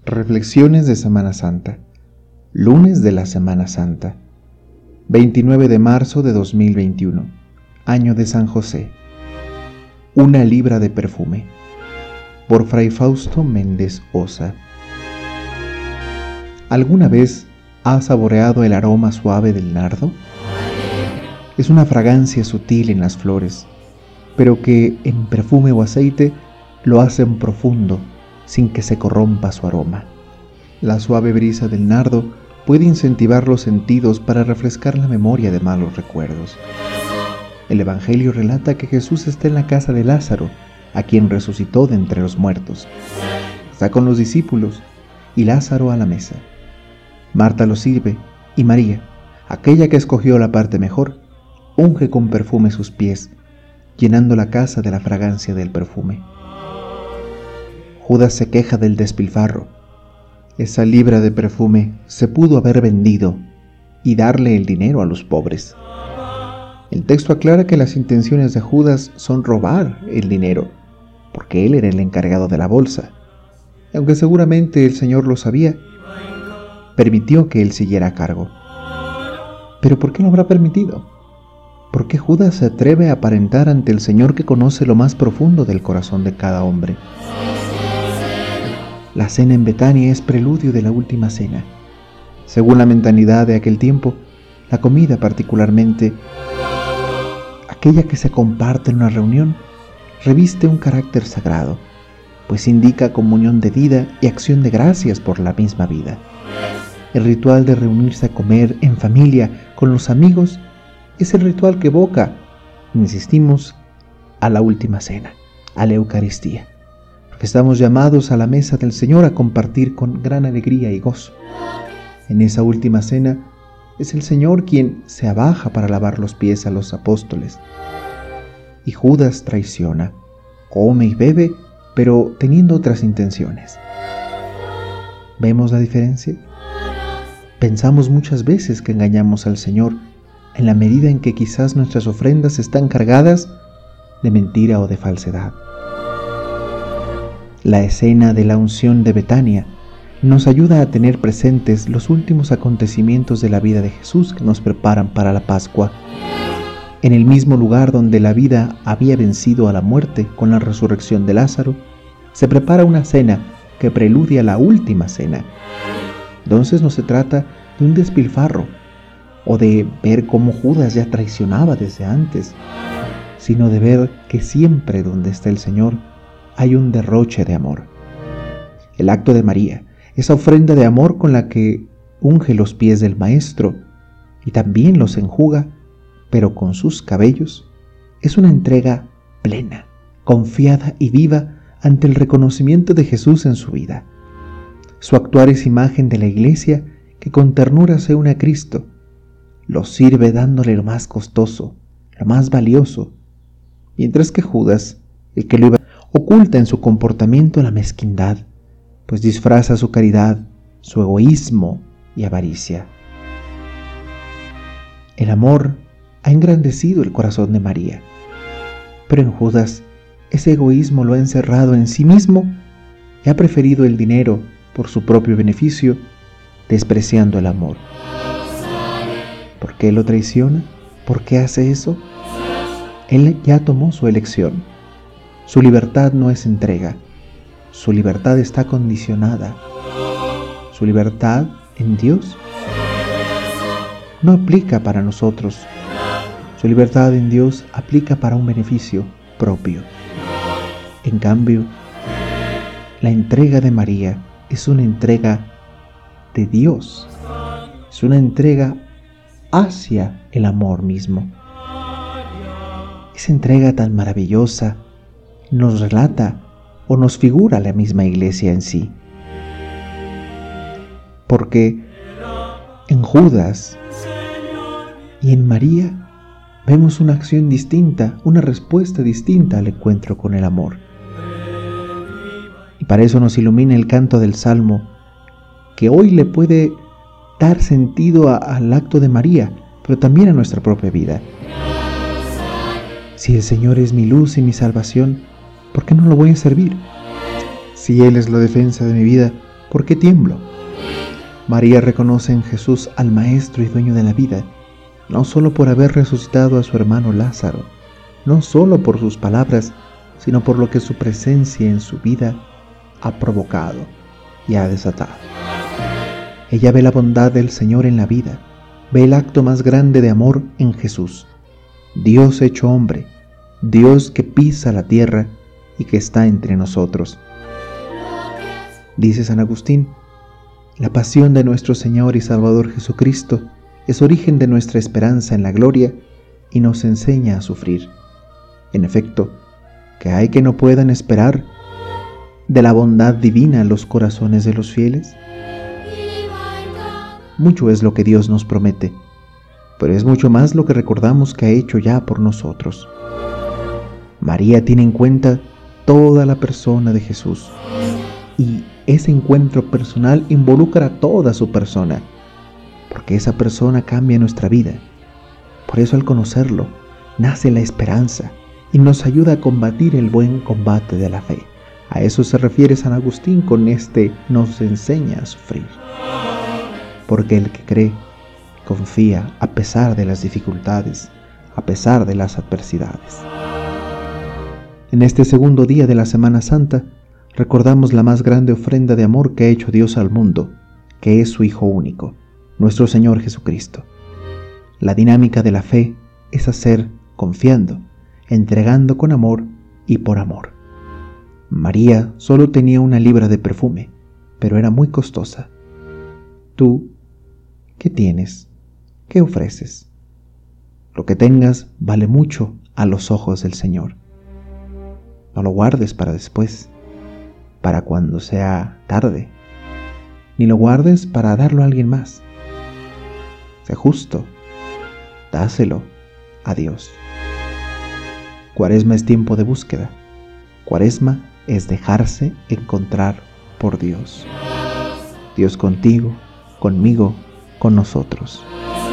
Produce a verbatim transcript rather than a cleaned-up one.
Reflexiones de Semana Santa. Lunes de la Semana Santa. veintinueve de marzo de dos mil veintiuno. Año de San José. Una libra de perfume. Por Fray Fausto Méndez Osa. ¿Alguna vez has saboreado el aroma suave del nardo? Es una fragancia sutil en las flores, pero que en perfume o aceite lo hacen profundo, sin que se corrompa su aroma. La suave brisa del nardo puede incentivar los sentidos para refrescar la memoria de malos recuerdos. El Evangelio relata que Jesús está en la casa de Lázaro, a quien resucitó de entre los muertos. Está con los discípulos y Lázaro a la mesa. Marta lo sirve y María, aquella que escogió la parte mejor, unge con perfume sus pies, llenando la casa de la fragancia del perfume. Judas se queja del despilfarro. Esa libra de perfume se pudo haber vendido y darle el dinero a los pobres. El texto aclara que las intenciones de Judas son robar el dinero, porque él era el encargado de la bolsa. Aunque seguramente el Señor lo sabía, permitió que él siguiera a cargo. ¿Pero por qué lo habrá permitido? ¿Por qué Judas se atreve a aparentar ante el Señor que conoce lo más profundo del corazón de cada hombre? La cena en Betania es preludio de la última cena. Según la mentalidad de aquel tiempo, la comida, particularmente aquella que se comparte en una reunión, reviste un carácter sagrado, pues indica comunión de vida y acción de gracias por la misma vida. El ritual de reunirse a comer en familia con los amigos es el ritual que evoca, insistimos, a la última cena, a la Eucaristía. Estamos llamados a la mesa del Señor a compartir con gran alegría y gozo. En esa última cena es el Señor quien se abaja para lavar los pies a los apóstoles. Y Judas traiciona, come y bebe, pero teniendo otras intenciones. ¿Vemos la diferencia? Pensamos muchas veces que engañamos al Señor en la medida en que quizás nuestras ofrendas están cargadas de mentira o de falsedad. La escena de la unción de Betania nos ayuda a tener presentes los últimos acontecimientos de la vida de Jesús que nos preparan para la Pascua. En el mismo lugar donde la vida había vencido a la muerte con la resurrección de Lázaro, se prepara una cena que preludia la última cena. Entonces no se trata de un despilfarro o de ver cómo Judas ya traicionaba desde antes, sino de ver que siempre donde está el Señor hay un derroche de amor. El acto de María, esa ofrenda de amor con la que unge los pies del Maestro y también los enjuga, pero con sus cabellos, es una entrega plena, confiada y viva ante el reconocimiento de Jesús en su vida. Su actuar es imagen de la Iglesia que con ternura se une a Cristo, lo sirve dándole lo más costoso, lo más valioso, mientras que Judas, el que lo iba oculta en su comportamiento la mezquindad, pues disfraza su caridad, su egoísmo y avaricia. El amor ha engrandecido el corazón de María, pero en Judas ese egoísmo lo ha encerrado en sí mismo y ha preferido el dinero por su propio beneficio, despreciando el amor. ¿Por qué lo traiciona? ¿Por qué hace eso? Él ya tomó su elección. Su libertad no es entrega, su libertad está condicionada. Su libertad en Dios no aplica para nosotros. Su libertad en Dios aplica para un beneficio propio. En cambio, la entrega de María es una entrega de Dios, es una entrega hacia el amor mismo. Esa entrega tan maravillosa nos relata o nos figura la misma Iglesia en sí. Porque en Judas y en María vemos una acción distinta, una respuesta distinta al encuentro con el amor. Y para eso nos ilumina el canto del Salmo, que hoy le puede dar sentido a, al acto de María, pero también a nuestra propia vida. Si el Señor es mi luz y mi salvación, ¿por qué no lo voy a servir? Si Él es la defensa de mi vida, ¿Por qué tiemblo? María reconoce en Jesús al Maestro y Dueño de la vida, no solo por haber resucitado a su hermano Lázaro, no solo por sus palabras, sino por lo que su presencia en su vida ha provocado y ha desatado. Ella ve la bondad del Señor en la vida, ve el acto más grande de amor en Jesús, Dios hecho hombre, Dios que pisa la tierra y que está entre nosotros. Dice San Agustín, la pasión de nuestro Señor y Salvador Jesucristo es origen de nuestra esperanza en la gloria y nos enseña a sufrir. En efecto, ¿qué hay que no puedan esperar de la bondad divina los corazones de los fieles? Mucho es lo que Dios nos promete, pero es mucho más lo que recordamos que ha hecho ya por nosotros. María tiene en cuenta toda la persona de Jesús, y ese encuentro personal involucra toda su persona, porque esa persona cambia nuestra vida. Por eso al conocerlo, nace la esperanza y nos ayuda a combatir el buen combate de la fe. A eso se refiere San Agustín con este nos enseña a sufrir. Porque el que cree, confía a pesar de las dificultades, a pesar de las adversidades. En este segundo día de la Semana Santa, recordamos la más grande ofrenda de amor que ha hecho Dios al mundo, que es su Hijo único, nuestro Señor Jesucristo. La dinámica de la fe es hacer confiando, entregando con amor y por amor. María solo tenía una libra de perfume, pero era muy costosa. Tú, ¿qué tienes? ¿Qué ofreces? Lo que tengas vale mucho a los ojos del Señor. No lo guardes para después, para cuando sea tarde, ni lo guardes para darlo a alguien más. Sé justo, dáselo a Dios. Cuaresma es tiempo de búsqueda. Cuaresma es dejarse encontrar por Dios. Dios contigo, conmigo, con nosotros.